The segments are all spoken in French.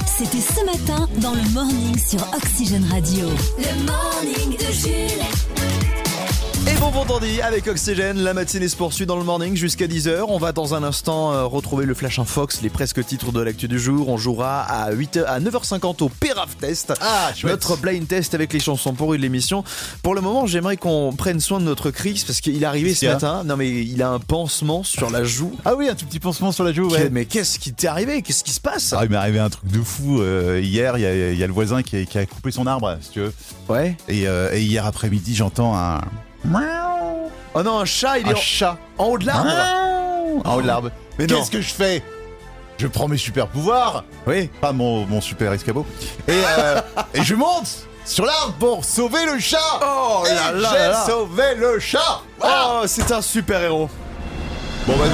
C'était ce matin dans le Morning sur Oxygène Radio. Le Morning de Jules. Et bon vendredi avec Oxygène, la matinée se poursuit dans le morning jusqu'à 10h. On va dans un instant retrouver le Flash Infox, les presque titres de l'actu du jour. On jouera à 9h50 au Pérave Test. Notre blind test avec les chansons pourries de l'émission. Pour le moment, j'aimerais qu'on prenne soin de notre Chris parce qu'il est arrivé ce matin. Non mais il a un pansement sur la joue. Ah oui, un tout petit pansement sur la joue, ouais. Mais qu'est-ce qui t'est arrivé? Qu'est-ce qui se passe? Il m'est arrivé un truc de fou. Hier, il y a le voisin qui a coupé son arbre, si tu veux. Ouais. Et hier après-midi, j'entends un... Oh non, un chat, il est chat en haut de l'arbre. En haut de l'arbre. Mais non. Qu'est-ce que je fais? Je prends mes super pouvoirs. Oui. Pas mon super escabeau. Et je monte sur l'arbre pour sauver le chat. Oh là là j'ai là. sauvé le chat. Voilà. Oh, c'est un super héros. Bon bah...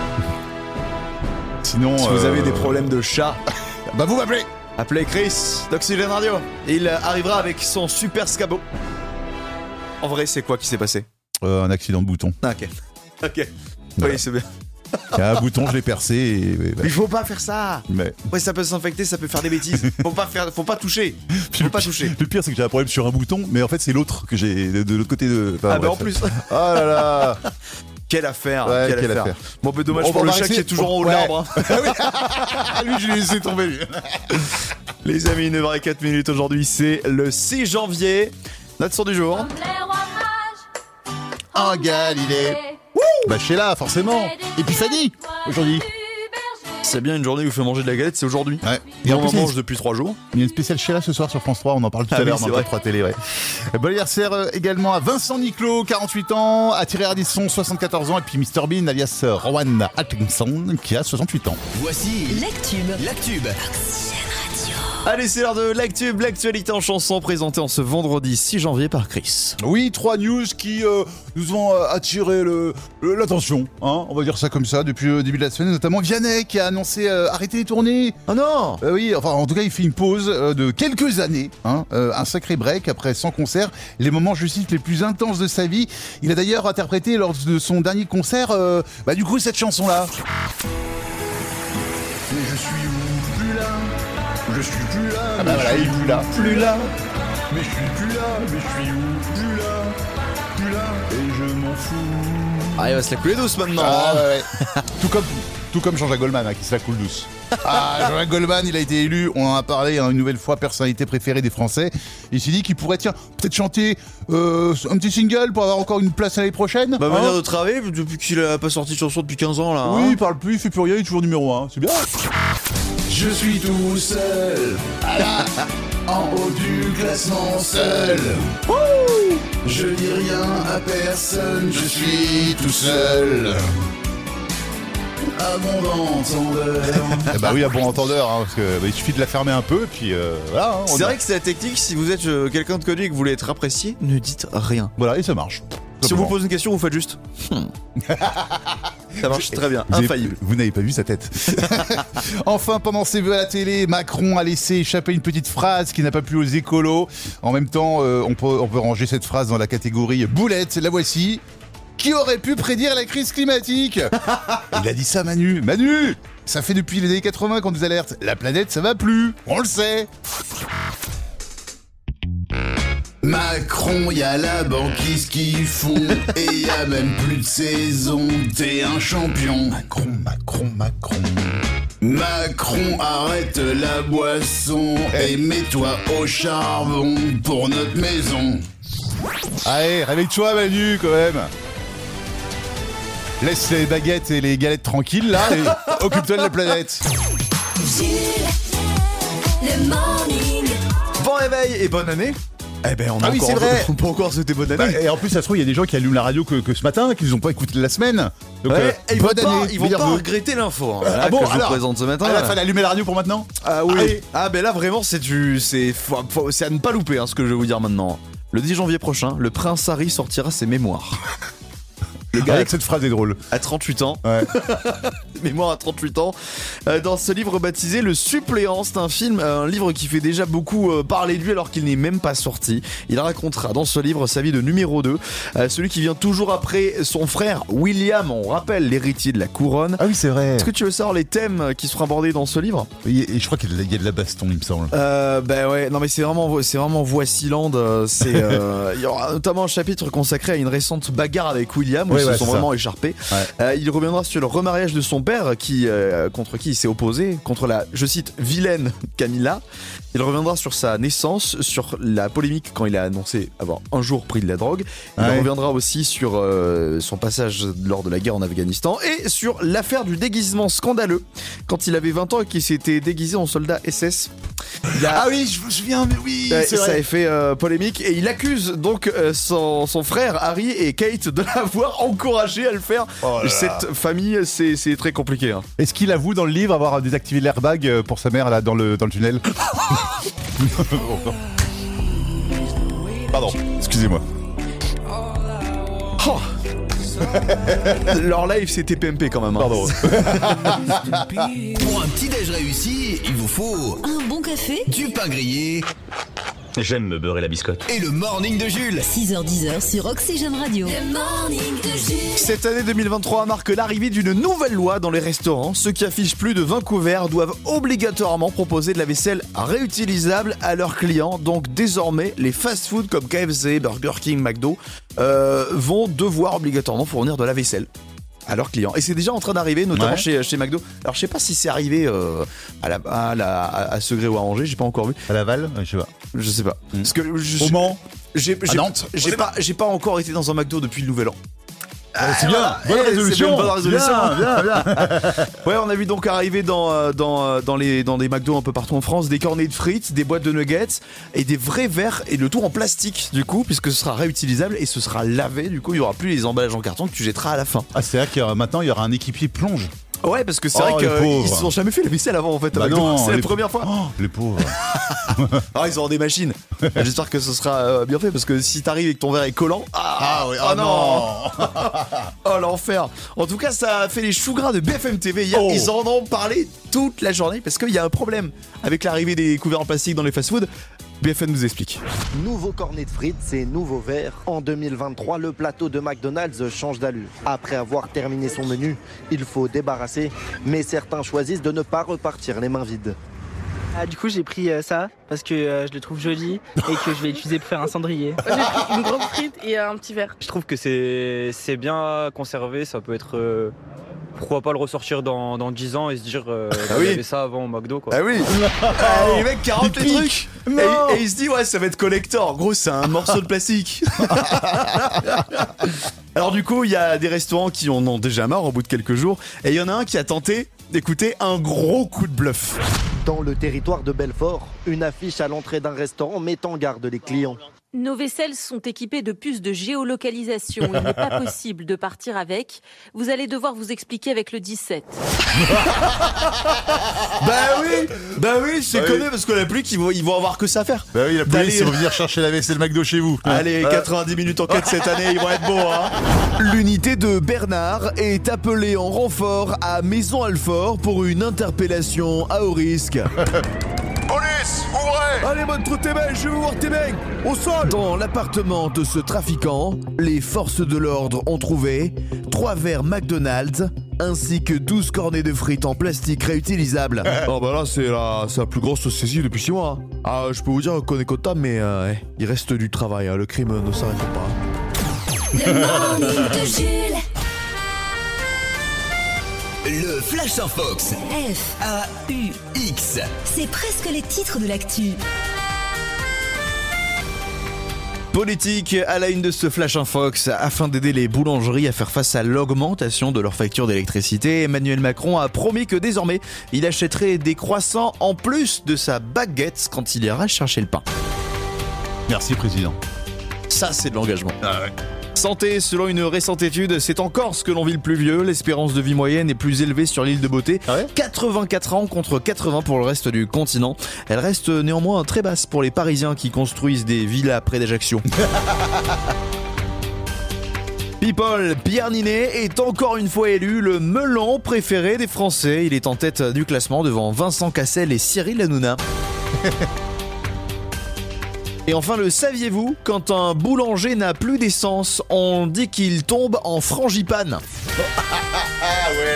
Sinon... Si vous avez des problèmes de chat, bah vous m'appelez. appelez Chris d'Oxygène Radio. Il arrivera avec son super scabot. En vrai, c'est quoi qui s'est passé? Un accident de bouton. Ah, ok. Voilà. Oui, c'est bien. Il y a un bouton, je l'ai percé et... Mais il faut pas faire ça. Mais... Ouais, ça peut s'infecter, ça peut faire des bêtises. Faut pas toucher. Faut pas toucher. Le pire, c'est que j'ai un problème sur un bouton, mais en fait, c'est l'autre que j'ai de l'autre côté de... Enfin, Ah bah bref. en plus. Oh là là. Quelle affaire. Ouais, quelle affaire. Bon, peu dommage pour le chat qui est toujours en haut de l'arbre. Ah oui. Lui, je l'ai laissé tomber, lui. Les amis, 9h04 aujourd'hui, c'est le 6 janvier. Notre son du jour. En Galilée. Bah, Sheila, forcément. Et puis Fanny, aujourd'hui. C'est bien une journée où il faut manger de la galette, c'est aujourd'hui. Ouais. Et on en en plus, mange depuis 3 jours. il y a une spéciale Sheila ce soir sur France 3, on en parle tout Ah à oui, l'heure c'est dans vrai. le 3 télé, ouais. Bon anniversaire également à Vincent Niclot, 48 ans, à Thierry Ardisson, 74 ans, et puis Mr Bean, alias Rowan Atkinson, qui a 68 ans. Voici l'actube. Allez, c'est l'heure de l'actu, l'actualité en chanson présentée en ce vendredi 6 janvier par Chris. Oui, 3 news qui nous ont attiré l'attention, hein, on va dire ça comme ça, depuis le début de la semaine, notamment Vianney qui a annoncé arrêter les tournées. Oh non. Oui, enfin en tout cas il fait une pause de quelques années, hein, un sacré break après 100 concerts, les moments, je cite, les plus intenses de sa vie. Il a d'ailleurs interprété lors de son dernier concert, du coup cette chanson-là. Mais je suis où? Plus là. Je suis plus là. Ah bah voilà, il est plus là. Plus là. Mais je suis plus là. Mais je suis où? Plus là. Plus là. Et je m'en fous. Ah, il va se la couler douce maintenant. Ah, hein. ouais. tout comme Jean-Jacques Goldman, hein, qui se la coule douce. Ah, Jean-Jacques Goldman, il a été élu, on en a parlé une nouvelle fois, personnalité préférée des Français. Il s'est dit qu'il pourrait, peut-être chanter un petit single pour avoir encore une place l'année prochaine. Bah, hein. manière de travailler, depuis qu'il a pas sorti de chanson depuis 15 ans là. Oui, hein. il parle plus, il fait plus rien, il est toujours numéro 1. C'est bien. Je suis tout seul, en haut du classement seul. Je dis rien à personne, je suis tout seul. À bon entendeur. Eh bah oui, à bon entendeur, hein, parce que il suffit de la fermer un peu, et puis voilà. Hein, C'est vrai que c'est la technique, si vous êtes quelqu'un de connu et que vous voulez être apprécié, ne dites rien. Voilà, et ça marche. Si on vous pose une question, vous faites juste. Ça marche très bien, infaillible. Vous n'avez pas vu sa tête. Enfin, pendant ses vœux à la télé, Macron a laissé échapper une petite phrase qui n'a pas plu aux écolos. En même temps, on peut ranger cette phrase dans la catégorie boulette, la voici. Qui aurait pu prédire la crise climatique? Il a dit ça, Manu. Manu, ça fait depuis les années 80 qu'on nous alerte. La planète, ça va plus. On le sait. Macron, y a la banquise qui fond, et y a même plus de saison, t'es un champion. Macron, arrête la boisson, et mets-toi au charbon pour notre maison. Allez, réveille-toi, Manu, quand même. Laisse les baguettes et les galettes tranquilles, là, et occupe-toi de la planète. Jules, le morning. Bon réveil et bonne année. Eh ben on a oui, encore c'est vrai. on peut encore souhaiter bonne année. Et en plus, ça se trouve, il y a des gens qui allument la radio que ce matin, qui ne nous ont pas écouté de la semaine. Donc, Ouais, et ils vont bonne pas, année. ils vont meilleurs pas vœux. regretter l'info hein, Ah là, bon, que je vous alors, présente ce matin. Il fallait allumer la radio pour maintenant. Ah oui. Allez. Ah ben là vraiment c'est à ne pas louper ce que je vais vous dire maintenant. Le 10 janvier prochain, le prince Harry sortira ses mémoires. Le gars Avec cette phrase est drôle. à 38 ans. Ouais. Mémoire à 38 ans. Dans ce livre baptisé Le Suppléant, c'est un livre qui fait déjà beaucoup parler de lui alors qu'il n'est même pas sorti. Il racontera dans ce livre sa vie de numéro 2, celui qui vient toujours après son frère William, on rappelle l'héritier de la couronne. Ah oui, c'est vrai. Est-ce que tu veux savoir les thèmes qui seront abordés dans ce livre ? Et je crois qu'il y a de la baston, il me semble. Ben ouais, non mais c'est vraiment Voici-land. Il y aura notamment un chapitre consacré à une récente bagarre avec William où ils se sont vraiment écharpés. Ouais. Il reviendra sur le remariage de son père contre qui il s'est opposé, contre la, je cite, vilaine Camilla. Il reviendra sur sa naissance, sur la polémique quand il a annoncé avoir un jour pris de la drogue. Il reviendra aussi sur son passage lors de la guerre en Afghanistan et sur l'affaire du déguisement scandaleux quand il avait 20 ans et qu'il s'était déguisé en soldat SS. Ah oui, je me souviens, mais oui, c'est vrai. Ça a fait polémique et il accuse donc son frère Harry et Kate de l'avoir encouragé à le faire. Cette famille, c'est très compliqué. Hein. Est-ce qu'il avoue dans le livre avoir désactivé l'airbag pour sa mère là dans le tunnel? Pardon, excusez-moi. Oh. Leur live c'était PMP quand même. Hein. Pardon. Pour un petit déj réussi, il vous faut Un bon café, du pain grillé J'aime me beurrer la biscotte. et le morning de Jules. 6h-10h sur Oxygène Radio. Le morning de Jules. Cette année 2023 marque l'arrivée d'une nouvelle loi dans les restaurants. Ceux qui affichent plus de 20 couverts doivent obligatoirement proposer de la vaisselle réutilisable à leurs clients. Donc désormais, les fast-food comme KFC, Burger King, McDo vont devoir obligatoirement fournir de la vaisselle à leurs clients. Et c'est déjà en train d'arriver, notamment chez McDo. Alors je sais pas si c'est arrivé à Segré ou à Angers, j'ai pas encore vu. À Laval, je sais pas. Je sais pas. Parce que Au Mans, à Nantes. J'ai pas encore été dans un McDo depuis le Nouvel An. c'est bien, bonne résolution. Bonne résolution. Bien. Ouais, on a vu donc arriver dans des McDo un peu partout en France des cornets de frites, des boîtes de nuggets et des vrais verres et le tout en plastique du coup puisque ce sera réutilisable et ce sera lavé, du coup il y aura plus les emballages en carton que tu jetteras à la fin. Ah, c'est vrai que maintenant il y aura un équipier plonge. Ouais, parce que c'est vrai qu'ils se sont jamais fait la vaisselle avant en fait. Bah non, c'est la première fois. Oh, les pauvres. Ah, ils auront des machines. J'espère que ce sera bien fait parce que si t'arrives et que ton verre est collant, oh l'enfer. En tout cas, ça a fait les choux gras de BFM TV hier. Ils en ont parlé toute la journée parce qu'il y a un problème avec l'arrivée des couverts en plastique dans les fast-food. BFM nous explique. Nouveau cornet de frites, c'est nouveau verre. En 2023, le plateau de McDonald's change d'allure. Après avoir terminé son menu, il faut débarrasser, mais certains choisissent de ne pas repartir les mains vides. Du coup, j'ai pris ça parce que je le trouve joli et que je vais l'utiliser pour faire un cendrier. J'ai pris une grosse frite et un petit verre. Je trouve que c'est bien conservé, ça peut être... pourquoi pas le ressortir dans 10 ans et se dire il y avait ça avant au McDo quoi. Ah oui. Les mecs 40 les trucs et il se dit ouais ça va être collector. En gros c'est un morceau de plastique. Alors du coup il y a des restaurants qui en ont déjà marre au bout de quelques jours et il y en a un qui a tenté d'écouter un gros coup de bluff. Dans le territoire de Belfort, une affiche à l'entrée d'un restaurant met en garde les clients. Nos vaisselles sont équipées de puces de géolocalisation. Il n'est pas possible de partir avec. Vous allez devoir vous expliquer avec le 17. Bah oui, c'est connu parce qu'on a plus qu'ils vont avoir que ça à faire. Bah oui, la police va venir chercher la vaisselle McDo chez vous. Allez, 90 minutes enquête cette année, ils vont être beaux, hein. L'unité de Bernard est appelée en renfort à Maison-Alfort pour une interpellation à haut risque. Police, ouvrez! Allez, montre tes mains, je veux voir tes mains. Au sol. Dans l'appartement de ce trafiquant, les forces de l'ordre ont trouvé 3 verres McDonald's ainsi que 12 cornets de frites en plastique réutilisables. Oh bah là, c'est la plus grosse saisie depuis 6 mois. Ah, je peux vous dire qu'on est content, mais il reste du travail. Le crime ne s'arrête pas. Le morning de Jules. Le Flash Infox. F-A-U-X. C'est presque les titres de l'actu. Politique à la une de ce Flash Infox. Afin d'aider les boulangeries à faire face à l'augmentation de leur facture d'électricité, Emmanuel Macron a promis que désormais, il achèterait des croissants en plus de sa baguette quand il ira chercher le pain. Merci, président. Ça, c'est de l'engagement. Ah ouais. Santé, selon une récente étude, c'est en Corse que l'on vit le plus vieux. L'espérance de vie moyenne est plus élevée sur l'île de Beauté. 84 ans contre 80 pour le reste du continent. Elle reste néanmoins très basse pour les Parisiens qui construisent des villas près d'Ajaccio. People, Pierre Ninet est encore une fois élu le melon préféré des Français. Il est en tête du classement devant Vincent Cassel et Cyril Hanouna. Et enfin, le saviez-vous, quand un boulanger n'a plus d'essence, on dit qu'il tombe en frangipane. Ah ouais.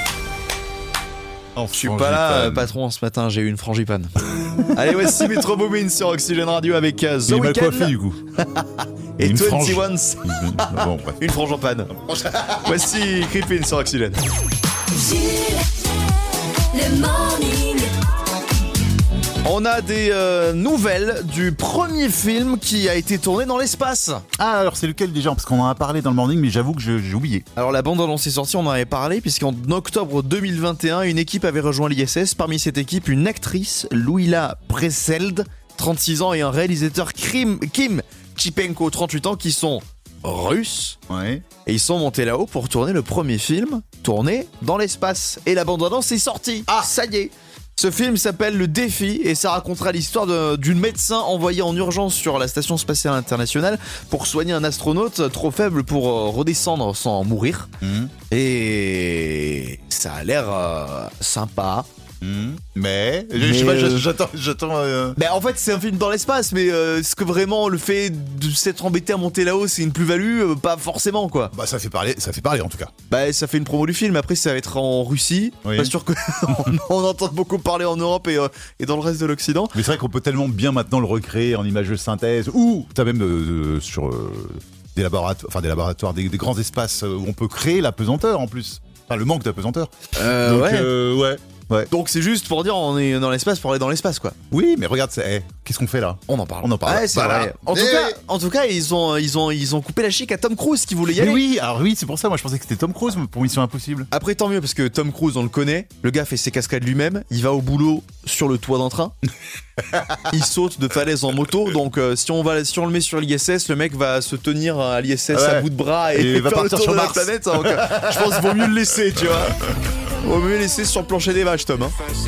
Je suis pas là, patron, ce matin, j'ai eu une frangipane. Allez, voici Metro Boomin sur Oxygène Radio avec The Il m'a Weeknd. coiffé du coup. Et une 21. Bon, bref. Une frange en panne. Voici Creepin sur Oxygène. Jules, le morning. On a des nouvelles du premier film qui a été tourné dans l'espace. Ah, alors c'est lequel déjà? Parce qu'on en a parlé dans le morning, mais j'avoue que j'ai oublié. Alors la bande-annonce est sortie, on en avait parlé, puisqu'en octobre 2021, une équipe avait rejoint l'ISS. Parmi cette équipe, une actrice, Louila Preseld, 36 ans, et un réalisateur, Kim Chipenko, 38 ans, qui sont russes. Ouais. Et ils sont montés là-haut pour tourner le premier film tourné dans l'espace. Et la bande-annonce est sortie. Ah, ça y est. Ce film s'appelle Le Défi et ça racontera l'histoire d'une médecin envoyée en urgence sur la station spatiale internationale pour soigner un astronaute trop faible pour redescendre sans mourir. Et ça a l'air sympa. Mais je sais pas, j'attends. Ben en fait c'est un film dans l'espace, mais est-ce que vraiment le fait de s'être embêté à monter là-haut c'est une plus-value? Pas forcément quoi. Bah ça fait parler en tout cas. Bah ça fait une promo du film, après ça va être en Russie. Oui. Pas sûr qu'on entende beaucoup parler en Europe et dans le reste de l'Occident. Mais c'est vrai qu'on peut tellement bien maintenant le recréer en images de synthèse, ou t'as même sur des laboratoires, des grands espaces où on peut créer la pesanteur en plus. Enfin le manque de pesanteur. Donc, ouais. Donc c'est juste pour dire on est dans l'espace pour aller dans l'espace quoi. Oui, mais regarde, qu'est-ce qu'on fait là? On en parle. Ouais, c'est vrai. En tout cas, ils ont coupé la chic à Tom Cruise qui voulait y aller. Mais oui, alors oui, c'est pour ça. Moi, je pensais que c'était Tom Cruise pour Mission Impossible. Après, tant mieux parce que Tom Cruise, on le connaît. Le gars fait ses cascades lui-même. Il va au boulot sur le toit d'un train. Il saute de falaise en moto. Donc, si on le met sur l'ISS, le mec va se tenir à l'ISS à bout de bras et va faire le partir tour sur de la Mars. planète. Donc, je pense qu'il vaut mieux le laisser, tu vois. Vaut mieux le laisser sur le plancher des vaches, Tom.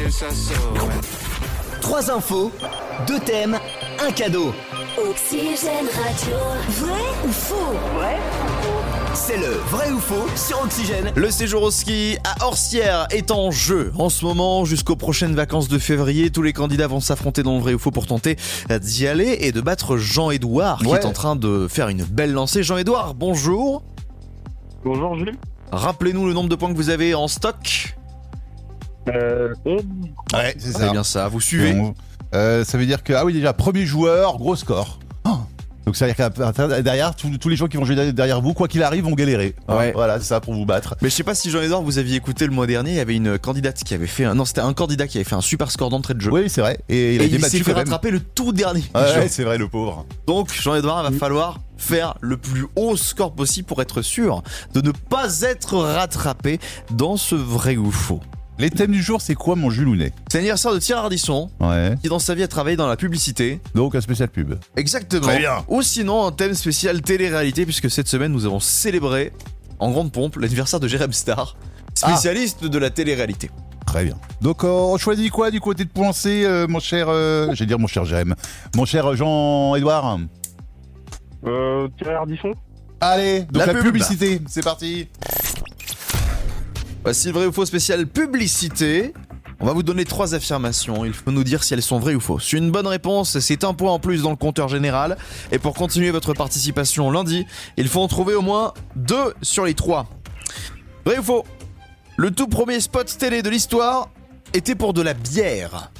3 infos, 2 thèmes, un cadeau. Oxygène Radio. Vrai ou faux? C'est le vrai ou faux sur Oxygène. Le séjour au ski à Orsières est en jeu en ce moment jusqu'aux prochaines vacances de février. Tous les candidats vont s'affronter dans le vrai ou faux pour tenter d'y aller et de battre Jean-Édouard qui est en train de faire une belle lancée. Jean-Édouard, bonjour. Bonjour Jules. Rappelez-nous le nombre de points que vous avez en stock. 11. Ouais, c'est ça. C'est bien ça, vous suivez. Ça veut dire que, ah oui, déjà, premier joueur, gros score. Donc ça veut dire que derrière, tous les gens qui vont jouer derrière vous, quoi qu'il arrive, vont galérer. Ouais. Voilà, c'est ça pour vous battre. Mais je sais pas si Jean-Édouard, vous aviez écouté le mois dernier, il y avait une candidate qui avait fait c'était un candidat qui avait fait un super score d'entrée de jeu. Oui, c'est vrai. Et il s'est fait rattraper le tout dernier. Ouais, c'est vrai, le pauvre. Donc Jean-Édouard, il va falloir faire le plus haut score possible pour être sûr de ne pas être rattrapé dans ce vrai ou faux. Les thèmes du jour, c'est quoi, mon Jules Hounet? C'est l'anniversaire de Thierry Ardisson, qui dans sa vie a travaillé dans la publicité. Donc un spécial pub. Exactement. Très bien. Ou sinon un thème spécial télé-réalité, puisque cette semaine nous avons célébré en grande pompe l'anniversaire de Jérém Star, spécialiste de la télé-réalité. Très bien. Donc on choisit quoi du côté de Pouancé, mon cher... j'allais dire mon cher Jérém. Mon cher Jean-Édouard. Thierry Ardisson. Allez, donc la pub. publicité, c'est parti. Voici le vrai ou faux spécial publicité. On va vous donner 3 affirmations. Il faut nous dire si elles sont vraies ou fausses. Une bonne réponse, c'est un point en plus dans le compteur général. Et pour continuer votre participation lundi, il faut en trouver au moins 2 sur les 3. Vrai ou faux? Le tout premier spot télé de l'histoire était pour de la bière.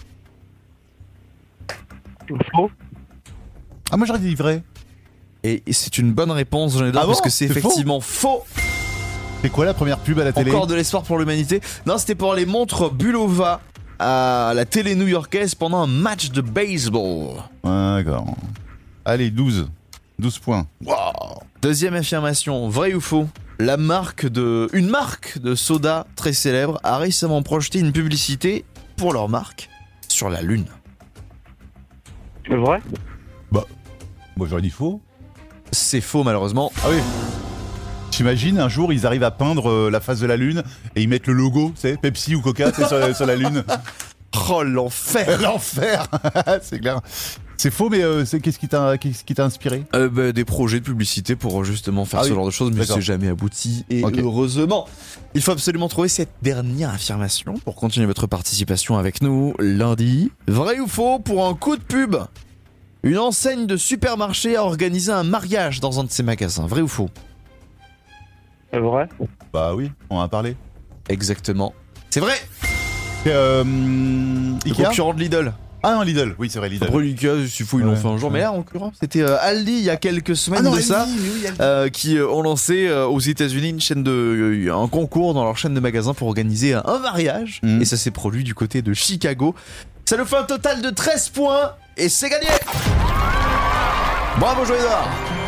Faux. Ah, moi j'aurais dit vrai. Et c'est une bonne réponse, j'en ai d'autres, parce que c'est effectivement faux. C'est quoi la première pub à la télé? Encore de l'espoir pour l'humanité. Non, c'était pour les montres Bulova à la télé new-yorkaise pendant un match de baseball. D'accord. Allez, 12 points. Wow. Deuxième affirmation, vrai ou faux? Une marque de soda très célèbre a récemment projeté une publicité pour leur marque sur la Lune. C'est vrai? Bah, moi j'aurais dit faux. C'est faux malheureusement. Ah oui. T'imagines, un jour, ils arrivent à peindre la face de la Lune et ils mettent le logo, tu sais, Pepsi ou Coca, sur la Lune. Oh, l'enfer. L'enfer. C'est clair. C'est faux, mais qu'est-ce qui t'a inspiré? Des projets de publicité pour justement faire ce genre de choses, mais c'est jamais abouti. Et heureusement, il faut absolument trouver cette dernière affirmation pour continuer votre participation avec nous lundi. Vrai ou faux pour un coup de pub? Une enseigne de supermarché a organisé un mariage dans un de ses magasins. Vrai ou faux? Vrai. Bah oui, on en a parlé. Exactement. C'est vrai. Le concurrent de Lidl. Ah non, Lidl, oui c'est vrai, Lidl. Après Lucas, s'il faut, ils l'ont fait un jour, mais là en l'occurrence c'était Aldi il y a quelques semaines qui ont lancé aux États-Unis une chaîne un concours dans leur chaîne de magasins pour organiser un mariage, et ça s'est produit du côté de Chicago. Ça nous fait un total de 13 points et c'est gagné. Bravo Joël-Edouard.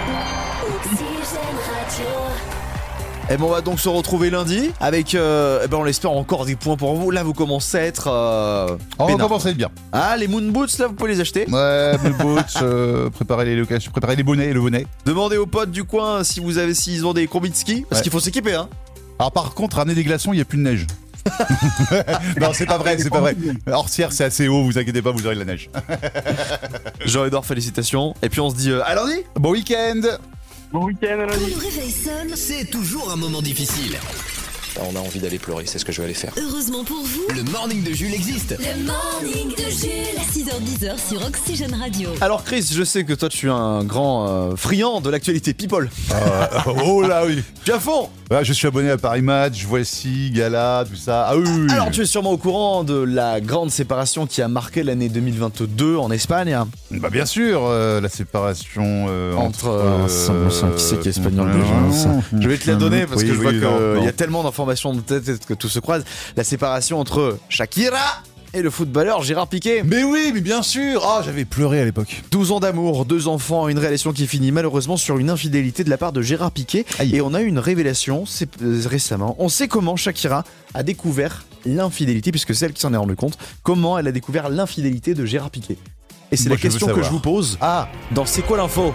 Et bon, on va donc se retrouver lundi avec, on l'espère, encore des points pour vous. Là, vous commencez à être. On va commencer à être bien. Ah, les moon boots, là, vous pouvez les acheter. Ouais, moon boots, préparez les locations, préparez les bonnets et le bonnet. Demandez aux potes du coin s'ils ont des combis de ski, parce qu'il faut s'équiper, hein. Alors, par contre, ramenez des glaçons, il n'y a plus de neige. Non, c'est pas vrai, c'est pas vrai. Orsières, c'est assez haut, vous inquiétez pas, vous aurez de la neige. Jean-Edouard, félicitations. Et puis, on se dit à lundi. Bon week-end. Bon week-end à lundi. Le réveil sonne. C'est toujours un moment difficile. On a envie d'aller pleurer, c'est ce que je vais aller faire. Heureusement pour vous, Le morning de Jules existe. le morning de Jules. 6h10 sur Oxygène Radio. Alors, Chris, je sais que toi, tu es un grand friand de l'actualité People. Oh là oui. Tu es à fond. Ouais, je suis abonné à Paris Match, Voici, Gala, tout ça. Ah oui. Alors, tu es sûrement au courant de la grande séparation qui a marqué l'année 2022 en Espagne. Bah bien sûr, la séparation entre qui c'est qui est espagnol déjà. Je vais te la donner parce que je vois qu'il y a tellement d'informations de tête que tout se croise. La séparation entre Shakira et le footballeur Gérard Piqué. Mais oui, mais bien sûr. Ah, j'avais pleuré à l'époque. 12 ans d'amour, 2 enfants, une relation qui finit malheureusement sur une infidélité de la part de Gérard Piqué. Aïe. Et on a eu une révélation récemment. On sait comment Shakira a découvert l'infidélité, puisque c'est elle qui s'en est rendu compte. Comment elle a découvert l'infidélité de Gérard Piqué. Et c'est la question que je vous pose. Dans C'est quoi l'info?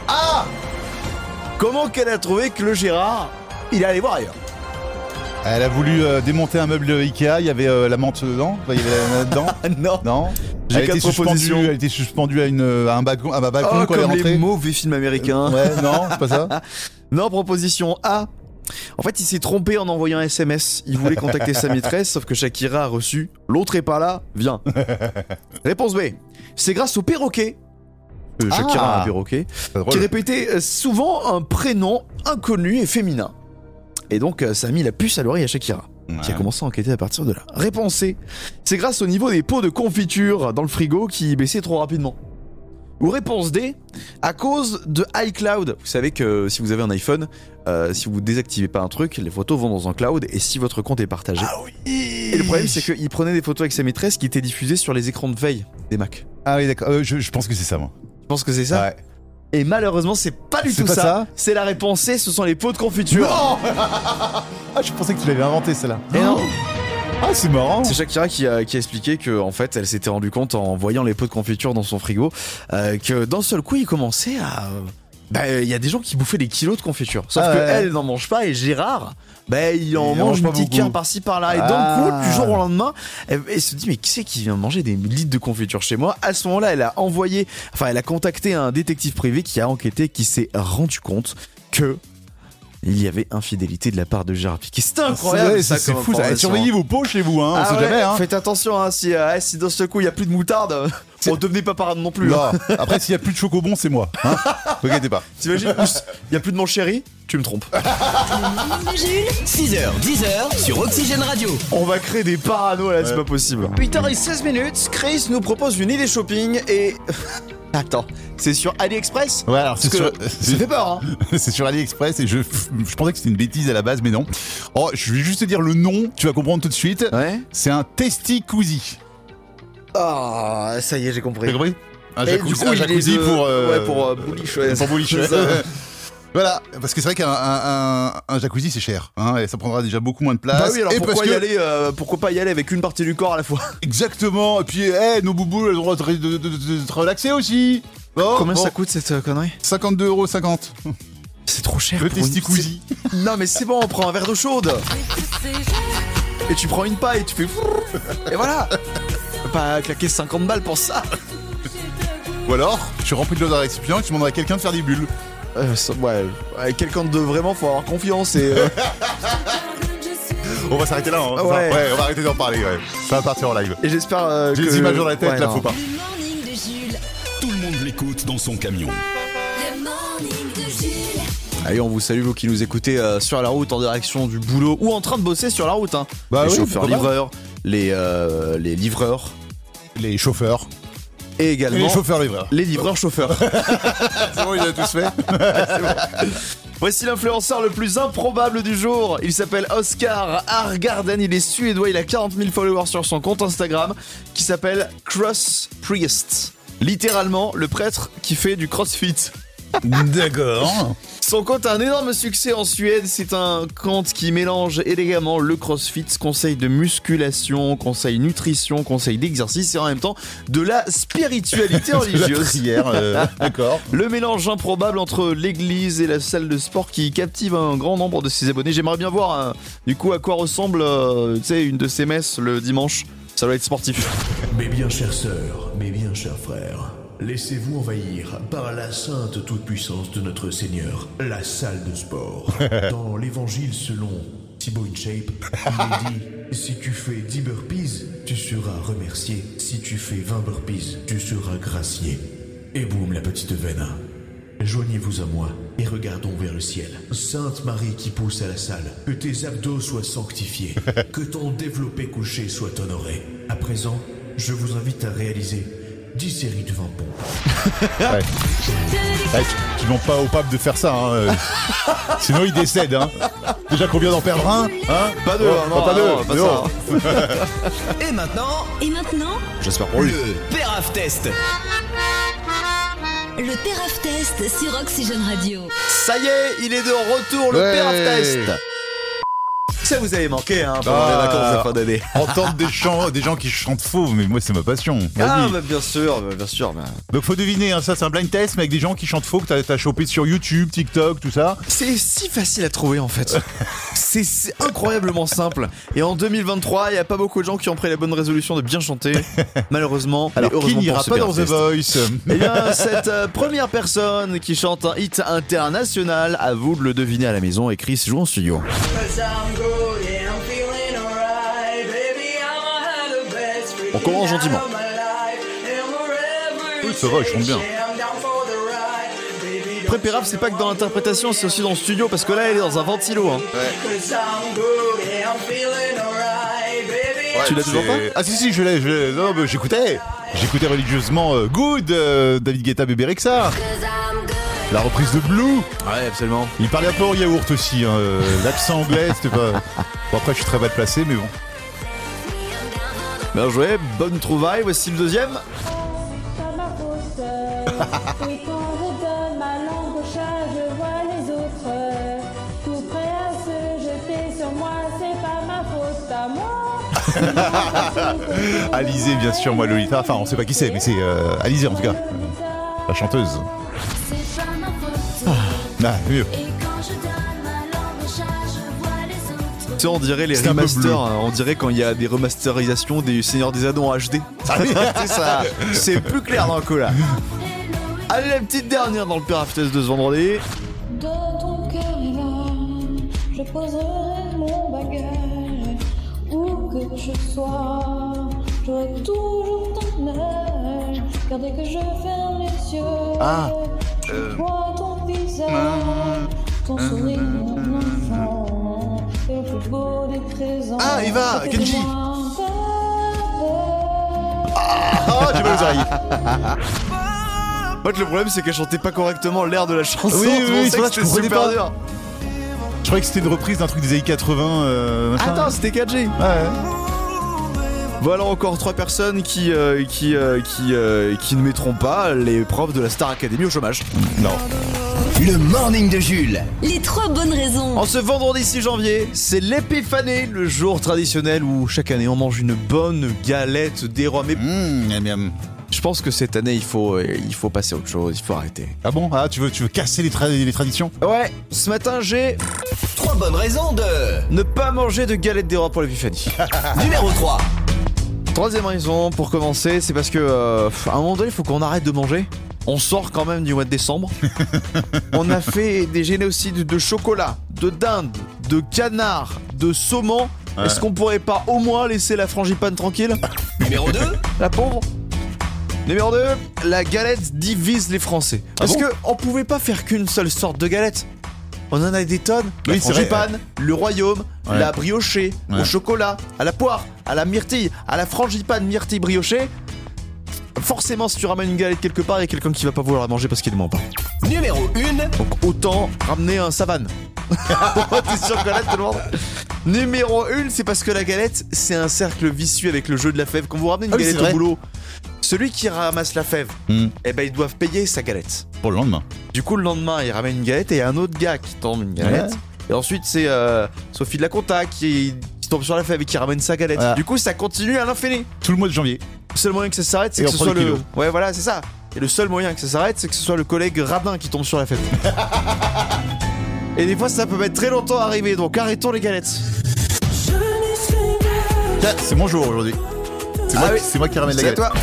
Comment qu'elle a trouvé que le Gérard, il est allé voir ailleurs? Elle a voulu démonter un meuble Ikea, il y avait la menthe dedans. Il y avait la dedans. Non. J'ai 4 propositions. Elle était suspendue à un balcon quand elle est rentrée. Comme les mauvais films américains. Ouais, non, c'est pas ça. Non, proposition A. En fait, il s'est trompé en envoyant un SMS. Il voulait contacter sa maîtresse, sauf que Shakira a reçu « L'autre est pas là, viens ». Réponse B. C'est grâce au perroquet. Shakira a un perroquet. Qui répétait souvent un prénom inconnu et féminin. Et donc, ça a mis la puce à l'oreille à Shakira, qui a commencé à enquêter à partir de là. Réponse C. C'est grâce au niveau des pots de confiture dans le frigo qui baissaient trop rapidement. Ou réponse D, à cause de iCloud. Vous savez que si vous avez un iPhone, si vous désactivez pas un truc, les photos vont dans un cloud et si votre compte est partagé. Ah oui. Et le problème, c'est qu'il prenait des photos avec sa maîtresse qui étaient diffusées sur les écrans de veille des Mac. Ah oui, d'accord. Je pense que c'est ça, moi. Tu penses que c'est ça? Ouais. Et malheureusement, c'est pas du tout pas ça. C'est la réponse C, ce sont les pots de confiture. Non. Je pensais que tu l'avais inventé, celle-là. Et non. Ah, c'est marrant. C'est Shakira qui a expliqué que en fait, elle s'était rendue compte en voyant les pots de confiture dans son frigo que d'un seul coup, il commençait à il y a des gens qui bouffaient des kilos de confiture. Sauf que elle n'en mange pas et Gérard, il en mange une petite cuillère par-ci par-là. Et d'un coup, du jour au lendemain, elle se dit mais qui c'est qui vient manger des litres de confiture chez moi? À ce moment-là, elle a contacté un détective privé qui a enquêté, qui s'est rendu compte que il y avait infidélité de la part de Gérard Piqué. C'est incroyable, c'est fou. Surveillez vos pots chez vous, on sait jamais. Faites attention, si dans ce coup il y a plus de moutarde, devenez pas parano non plus. Non. Après, s'il y a plus de chocobon, c'est moi. Ne inquiétez pas. T'imagines, il y a plus de mon chéri, tu me trompes. 6h, 10h sur Oxygène Radio. On va créer des paranos là, c'est pas possible. 8h16, Chris nous propose une idée shopping et... Attends, c'est sur AliExpress? Ouais, alors c'est sur... Ça fait peur, hein. C'est sur AliExpress et je pensais que c'était une bêtise à la base, mais non. Oh, je vais juste te dire le nom, tu vas comprendre tout de suite. Ouais. C'est un Testicousi. Ah, ça y est, j'ai compris. T'as compris? Un jacuzzi pour... Ouais, pour Bouliche. Ouais. Pour Bouliche. Voilà, parce que c'est vrai qu'un jacuzzi c'est cher, et ça prendra déjà beaucoup moins de place. Bah oui, alors pourquoi pas y aller avec une partie du corps à la fois? Exactement, et puis nos boubous elles ont le droit de relaxer aussi. Combien ça coûte cette connerie? 52,50€. C'est trop cher. Le testicousi. Non mais c'est bon, on prend un verre d'eau chaude. Et tu prends une paille, tu fais... Et voilà. pas claquer 50 balles pour ça. Ou alors, tu remplis de l'eau dans un récipient et tu demanderais à quelqu'un de faire des bulles. Ouais, quelqu'un de vraiment, faut avoir confiance et... On va s'arrêter là, hein. Ouais. On va arrêter d'en parler, ouais. Ça va partir en live. Et j'espère J'ai des images dans la tête, là, faut pas. Le morning de Jules. Tout le monde l'écoute dans son camion. Le morning de Jules. Allez, on vous salue, vous qui nous écoutez sur la route, en direction du boulot, ou en train de bosser sur la route, hein. Bah les oui, chauffeurs-livreurs, les livreurs. Les chauffeurs. Et également... Et les chauffeurs-livreurs. Les livreurs-chauffeurs. C'est bon, il a tous fait. Voici l'influenceur le plus improbable du jour. Il s'appelle Oscar Argarden, il est suédois, il a 40 000 followers sur son compte Instagram qui s'appelle Cross Priest. Littéralement, le prêtre qui fait du crossfit. D'accord. Son compte a un énorme succès en Suède. C'est un compte qui mélange élégamment le crossfit, conseils de musculation, conseils nutrition, conseils d'exercice et en même temps de la spiritualité religieuse. Hier, d'accord. Le mélange improbable entre l'église et la salle de sport qui captive un grand nombre de ses abonnés. J'aimerais bien voir du coup à quoi ressemble une de ces messes le dimanche. Ça doit être sportif. Mes bien chères sœurs, mes bien chers frères, laissez-vous envahir par la sainte toute-puissance de notre Seigneur, la salle de sport. Dans l'évangile selon Thibaut InShape, il est dit « Si tu fais 10 burpees, tu seras remercié. Si tu fais 20 burpees, tu seras gracié. » Et boum, la petite veine. Joignez-vous à moi et regardons vers le ciel. Sainte Marie qui pousse à la salle, que tes abdos soient sanctifiés, que ton développé couché soit honoré. À présent, je vous invite à réaliser 10 séries de 20 pompes. Ouais, tu demandes pas au pape de faire ça, hein. Sinon il décède, hein. Déjà qu'on vient d'en perdre un, hein. Pas deux, pas deux. pas ça. Et maintenant, J'espère pour lui. le Pérave Test. Le Pérave Test sur Oxygène Radio. Ça y est, il est de retour, le Ouais. Pérave Test. Ça vous avait manqué pendant les vacances de fin d'année. Entendre des gens qui chantent faux, mais moi c'est ma passion. Ah Vas-y. bah bien sûr. Donc faut deviner, hein, ça c'est un blind test mais avec des gens qui chantent faux que t'as chopé sur YouTube, TikTok, tout ça. C'est si facile à trouver en fait. c'est incroyablement simple. Et en 2023, il n'y a pas beaucoup de gens qui ont pris la bonne résolution de bien chanter. Malheureusement. Alors mais qui heureusement n'ira pour ce pas dans Pérave The Test. Voice? Eh bien, cette première personne qui chante un hit international, à vous de le deviner à la maison. Et Chris joue en studio. On commence gentiment. Oui, ça va, ils chantent bien. Après, Pérave, c'est pas que dans l'interprétation, c'est aussi dans le studio, parce que là, elle est dans un ventilo. Hein. Tu l'as toujours pas? Ah si, je l'ai. Non, mais j'écoutais religieusement Good, David Guetta, Bébé Rexha. La reprise de Blue. Ouais, absolument. Il parlait un peu en yaourt aussi, hein. L'accent anglais, c'était pas... Bon, après, je suis très mal placé, mais bon. Bien joué, bonne trouvaille, voici le deuxième. Et quand je donne ma langue au chat, je vois les autres tout prêts à se jeter sur moi. C'est pas ma faute à moi. Alizée, bien sûr, moi, Lolita. Enfin, on sait pas qui c'est, mais c'est Alizée en tout cas. La chanteuse. C'est pas ma faute. Ah, mieux. Et quand je donne ma langue au chat, je vois les autres. Tu sais, on dirait les C'est un peu bleu. remasters, on dirait quand il y a des remasterisations des Seigneurs des Anneaux en HD. C'est ça, c'est plus clair dans le coup là. Allez, la petite dernière dans le Pérave Test de ce vendredi. De ton cœur et là, je poserai mon bagage. Où que je sois, j'aurai toujours ton œil. Car dès que je ferme les yeux, je vois ton visage, ton sourire d'enfant, et le plus beau des présents. Ah, Eva, Et Kenji. moi, Ah, j'ai mal aux oreilles. En fait, le problème, c'est qu'elle chantait pas correctement l'air de la chanson. Oui, c'est c'est pour vrai, ça je que c'était comprenais super pas. dur. Je croyais que c'était une reprise d'un truc des années 80. Machin. Attends, c'était 4G. Ouais. Voilà encore 3 personnes qui ne mettront pas les profs de la Star Academy au chômage. Non. Le morning de Jules. Les 3 bonnes raisons. En ce vendredi 6 janvier, c'est l'épiphanie, le jour traditionnel où chaque année on mange une bonne galette des rois. Mais je pense que cette année il faut passer à autre chose, il faut arrêter. Ah bon? Ah, tu veux casser les traditions? Ouais, ce matin j'ai 3 bonnes raisons de... ne pas manger de galette des rois pour l'épiphanie. Numéro 3. Troisième raison pour commencer, c'est parce que à un moment donné, il faut qu'on arrête de manger. On sort quand même du mois de décembre. On a fait des génocides de chocolat, de dinde, de canard, de saumon. Ouais. Est-ce qu'on pourrait pas au moins laisser la frangipane tranquille ? Numéro 2, la pauvre. Numéro 2, la galette divise les Français. Est-ce qu'on pouvait pas faire qu'une seule sorte de galette ? On en a des tonnes. La frangipane, le royaume, la briochée, au chocolat, à la poire, à la myrtille, à la frangipane, myrtille, briochée. Forcément, si tu ramènes une galette quelque part, il y a quelqu'un qui va pas vouloir la manger parce qu'il ne ment pas. Numéro 1. Donc autant ramener un savane. T'es sûr que là, tout le monde. Numéro 1, c'est parce que la galette, c'est un cercle vicieux avec le jeu de la fève. Quand vous ramenez une galette au boulot, celui qui ramasse la fève, eh ben ils doivent payer sa galette. Pour le lendemain. Du coup, le lendemain, il ramène une galette et il y a un autre gars qui tombe une galette. Ouais. Et ensuite, c'est Sophie de la Compta qui tombe sur la fève et qui ramène sa galette. Voilà. Du coup, ça continue à l'infini. Tout le mois de janvier. Le seul moyen que ça s'arrête, c'est que ce soit le. Ouais, voilà, c'est ça. Et le seul moyen que ça s'arrête, c'est que ce soit le collègue rabbin qui tombe sur la fève. Et des fois, ça peut mettre très longtemps à arriver, donc arrêtons les galettes. Tiens, c'est mon jour aujourd'hui. C'est moi qui ramène la galette. C'est toi.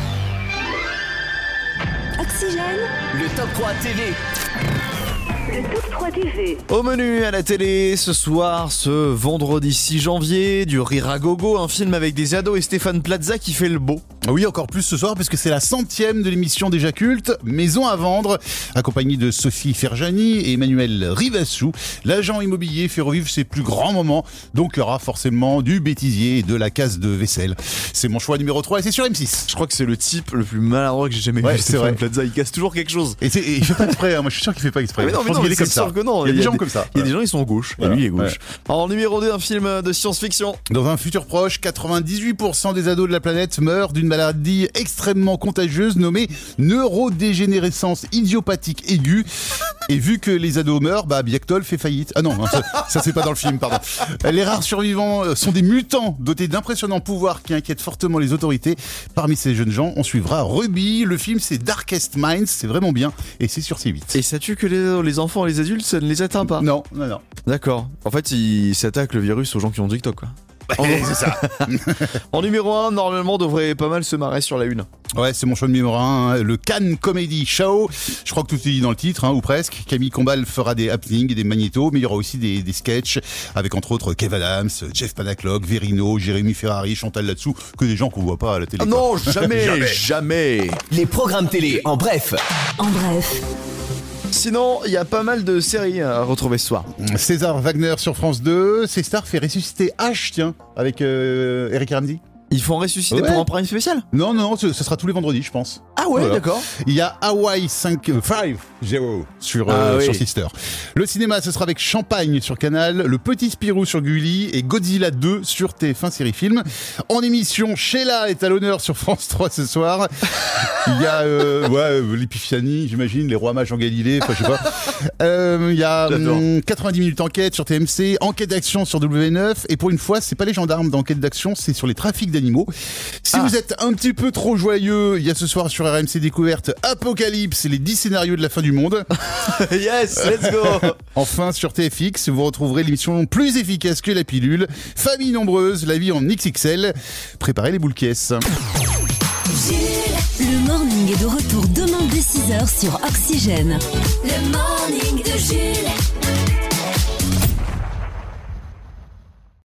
Oxygène. Le top 3 TV. Le top 3 TV. Au menu à la télé ce soir, ce vendredi 6 janvier, du Rire à Gogo, un film avec des ados et Stéphane Plaza qui fait le beau. Oui, encore plus ce soir parce que c'est la 100e de l'émission Déjà Culte, Maison à vendre, accompagné de Sophie Ferjani et Emmanuel Rivassou. L'agent immobilier fait revivre ses plus grands moments, donc il y aura forcément du bêtisier et de la casse de vaisselle. C'est mon choix numéro 3 et c'est sur M6. Je crois que c'est le type le plus maladroit que j'ai jamais vu. Stéphane Plaza, il casse toujours quelque chose. Et il fait pas exprès, hein. Moi je suis sûr qu'il fait pas exprès. Mais non, il est comme ça. Il y a des gens comme ça. Il y a des gens, ils sont gauche. Voilà. Et lui, il est gauche. Ouais. En numéro 2, un film de science-fiction. Dans un futur proche, 98% des ados de la planète meurent d'une maladie extrêmement contagieuse nommée neurodégénérescence idiopathique aiguë. Et vu que les ados meurent, Biactol fait faillite. Ah non, ça c'est pas dans le film, pardon. Les rares survivants sont des mutants dotés d'impressionnants pouvoirs qui inquiètent fortement les autorités. Parmi ces jeunes gens, on suivra Ruby. Le film, c'est Darkest Minds, c'est vraiment bien. Et c'est sur C8. Et ça tue que les enfants et les adultes, ça ne les atteint pas. Non. D'accord. En fait, il s'attaque le virus aux gens qui ont TikTok, quoi. C'est ça. En numéro 1, normalement, on devrait pas mal se marrer sur la une. Ouais, c'est mon choix de numéro 1, le Cannes Comedy Show. Je crois que tout est dit dans le titre, ou presque. Camille Combal fera des happenings et des magnétos, mais il y aura aussi des sketchs avec entre autres Kev Adams, Jeff Panaclock, Verino, Jérémy Ferrari, Chantal Latsou, que des gens qu'on voit pas à la télé. Ah non, jamais. Les programmes télé, en bref. Sinon, il y a pas mal de séries à retrouver ce soir. César Wagner sur France 2, C-Star fait ressusciter H, tiens, avec Eric Ramsey. Ils font ressusciter pour un prime spécial ? Non, ce sera tous les vendredis, je pense. Ah ouais, voilà. D'accord. Il y a Hawaii 5-0 sur Sister. Le cinéma, ce sera avec Champagne sur Canal, Le Petit Spirou sur Gulli et Godzilla 2 sur TF1 Série Film. En émission, Sheila est à l'honneur sur France 3 ce soir. Il y a l'Épiphanie, j'imagine, les rois mages en Galilée, je sais pas. Il y a 90 minutes enquête sur TMC, enquête d'action sur W9 et pour une fois, c'est pas les gendarmes d'enquête d'action, c'est sur les trafics d'animaux. Si vous êtes un petit peu trop joyeux, il y a ce soir sur RMC Découverte Apocalypse et les 10 scénarios de la fin du monde. Yes, let's go. Enfin sur TFX, vous retrouverez l'émission plus efficace que la pilule, Famille nombreuse, la vie en XXL. Préparez les boules caisses. Le morning est de retour demain dès 6h sur Oxygène. Le morning de Jules.